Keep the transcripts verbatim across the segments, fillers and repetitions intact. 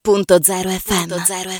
Punto zero F M.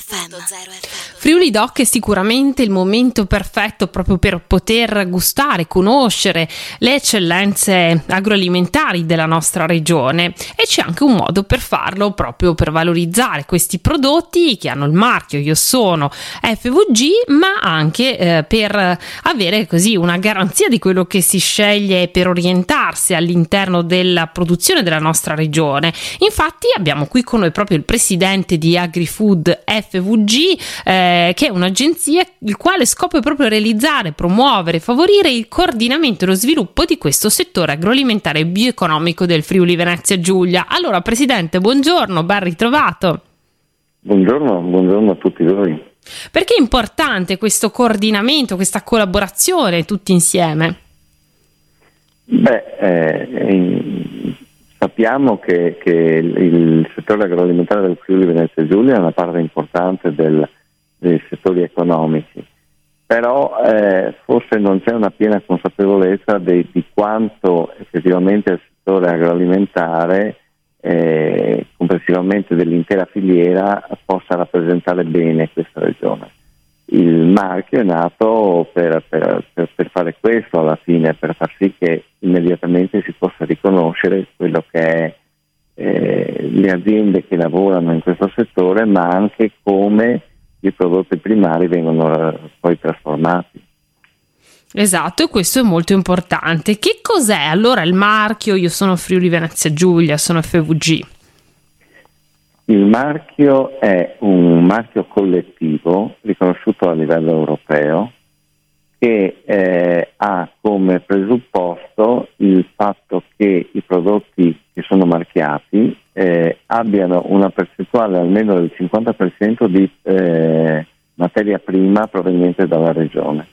Friuli Doc è sicuramente il momento perfetto proprio per poter gustare, conoscere le eccellenze agroalimentari della nostra regione, e c'è anche un modo per farlo proprio per valorizzare questi prodotti che hanno il marchio Io Sono F V G, ma anche eh, per avere così una garanzia di quello che si sceglie per orientarsi all'interno della produzione della nostra regione. Infatti abbiamo qui con noi proprio il presidente di AgriFood F V G, eh, che è un'agenzia il quale scopo è proprio realizzare, promuovere, favorire il coordinamento e lo sviluppo di questo settore agroalimentare e bioeconomico del Friuli Venezia Giulia. Allora, presidente, buongiorno, ben ritrovato. Buongiorno, buongiorno a tutti voi. Perché è importante questo coordinamento, questa collaborazione tutti insieme? Beh, eh, sappiamo che, che il settore agroalimentare del Friuli Venezia Giulia è una parte importante del, dei settori economici, però eh, forse non c'è una piena consapevolezza di, di quanto effettivamente il settore agroalimentare, eh, complessivamente dell'intera filiera, possa rappresentare bene questa regione. Il marchio è nato per, per, per, per fare questo alla fine, per far sì che immediatamente si possa riconoscere quello che è eh, le aziende che lavorano in questo settore, ma anche come i prodotti primari vengono poi trasformati. Esatto, e questo è molto importante. Che cos'è allora il marchio Io Sono Friuli Venezia Giulia, sono F V G? Il marchio è un marchio collettivo riconosciuto a livello europeo che eh, ha come presupposto il fatto che i prodotti che sono marchiati eh, abbiano una percentuale almeno del cinquanta per cento di eh, materia prima proveniente dalla regione.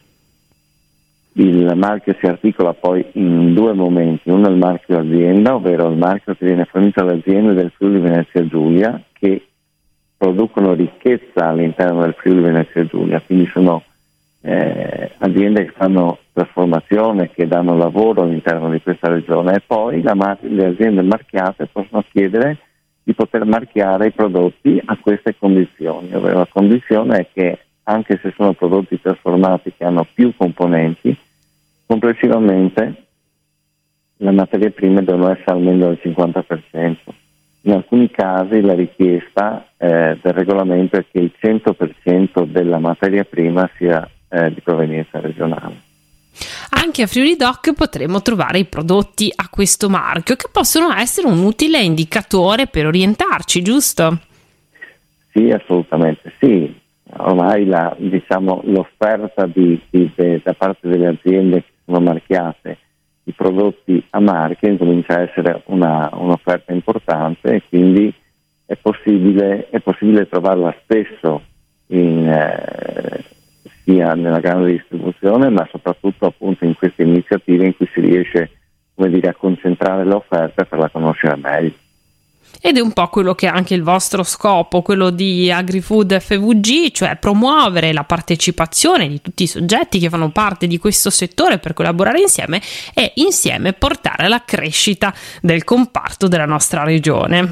Il marchio si articola poi in due momenti: uno è il marchio azienda, ovvero il marchio che viene fornito alle aziende del Friuli Venezia Giulia che producono ricchezza all'interno del Friuli Venezia Giulia, quindi sono eh, aziende che fanno trasformazione, che danno lavoro all'interno di questa regione, e poi la mar- le aziende marchiate possono chiedere di poter marchiare i prodotti a queste condizioni, ovvero la condizione è che anche se sono prodotti trasformati che hanno più componenti, complessivamente le materie prime devono essere almeno del cinquanta per cento. In alcuni casi la richiesta eh, del regolamento è che il cento per cento della materia prima sia eh, di provenienza regionale. Anche a Friuli Doc potremo trovare i prodotti a questo marchio che possono essere un utile indicatore per orientarci, giusto? Sì, assolutamente sì. Ormai la, diciamo, l'offerta di, di, de, da parte delle aziende che sono marchiate i prodotti a marchio incomincia a essere una, un'offerta importante, e quindi è possibile, è possibile trovarla spesso in, eh, sia nella grande distribuzione, ma soprattutto appunto in queste iniziative in cui si riesce, come dire, a concentrare l'offerta per la conoscere meglio. Ed è un po' quello che è anche il vostro scopo, quello di AgriFood F V G, cioè promuovere la partecipazione di tutti i soggetti che fanno parte di questo settore per collaborare insieme e insieme portare alla crescita del comparto della nostra regione.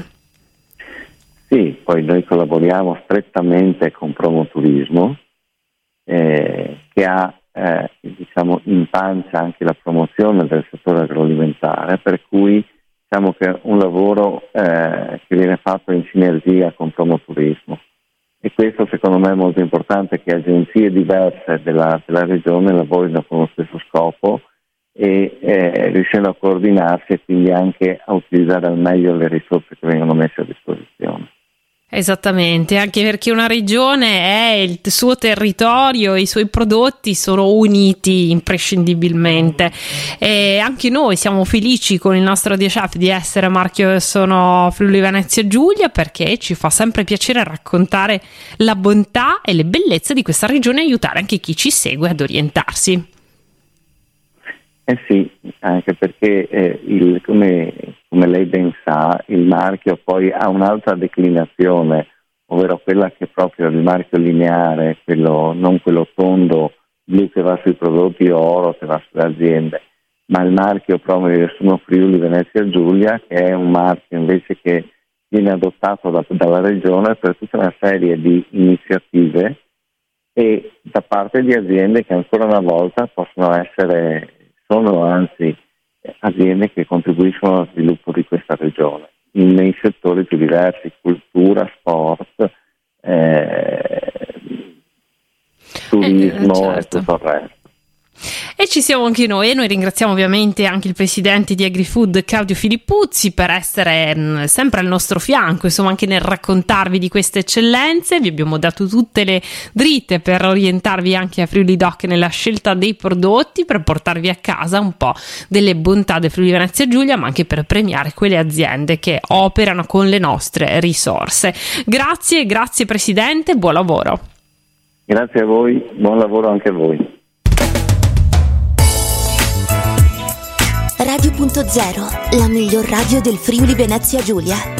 Sì, poi noi collaboriamo strettamente con Promoturismo, eh, che ha eh, diciamo in pancia anche la promozione del settore agroalimentare, per cui diciamo che è un lavoro eh, che viene fatto in sinergia con Promoturismo, e questo secondo me è molto importante, che agenzie diverse della, della regione lavorino con lo stesso scopo e eh, riuscendo a coordinarsi e quindi anche a utilizzare al meglio le risorse che vengono messe a disposizione. Esattamente, anche perché una regione è il suo territorio, i suoi prodotti sono uniti imprescindibilmente, e anche noi siamo felici con il nostro D H F di essere marchio Sono Friuli Venezia Giulia, perché ci fa sempre piacere raccontare la bontà e le bellezze di questa regione e aiutare anche chi ci segue ad orientarsi. Eh sì, anche perché eh, il, come, come lei ben sa, il marchio poi ha un'altra declinazione, ovvero quella che è proprio il marchio lineare, quello, non quello tondo blu che va sui prodotti o oro che va sulle aziende, ma il marchio proprio Io Sono Friuli Venezia Giulia, che è un marchio invece che viene adottato da, dalla Regione per tutta una serie di iniziative e da parte di aziende che ancora una volta possono essere, sono anzi aziende che contribuiscono allo sviluppo di questa regione in, nei settori più diversi, cultura, sport, eh, turismo eh, certo. e tutto il resto. E ci siamo anche noi, e noi ringraziamo ovviamente anche il presidente di AgriFood Claudio Filippuzzi per essere mh, sempre al nostro fianco, insomma anche nel raccontarvi di queste eccellenze. Vi abbiamo dato tutte le dritte per orientarvi anche a Friuli Doc nella scelta dei prodotti, per portarvi a casa un po' delle bontà del Friuli Venezia Giulia, ma anche per premiare quelle aziende che operano con le nostre risorse. Grazie, grazie presidente, buon lavoro. Grazie a voi, buon lavoro anche a voi. Radio punto zero, la miglior radio del Friuli Venezia Giulia.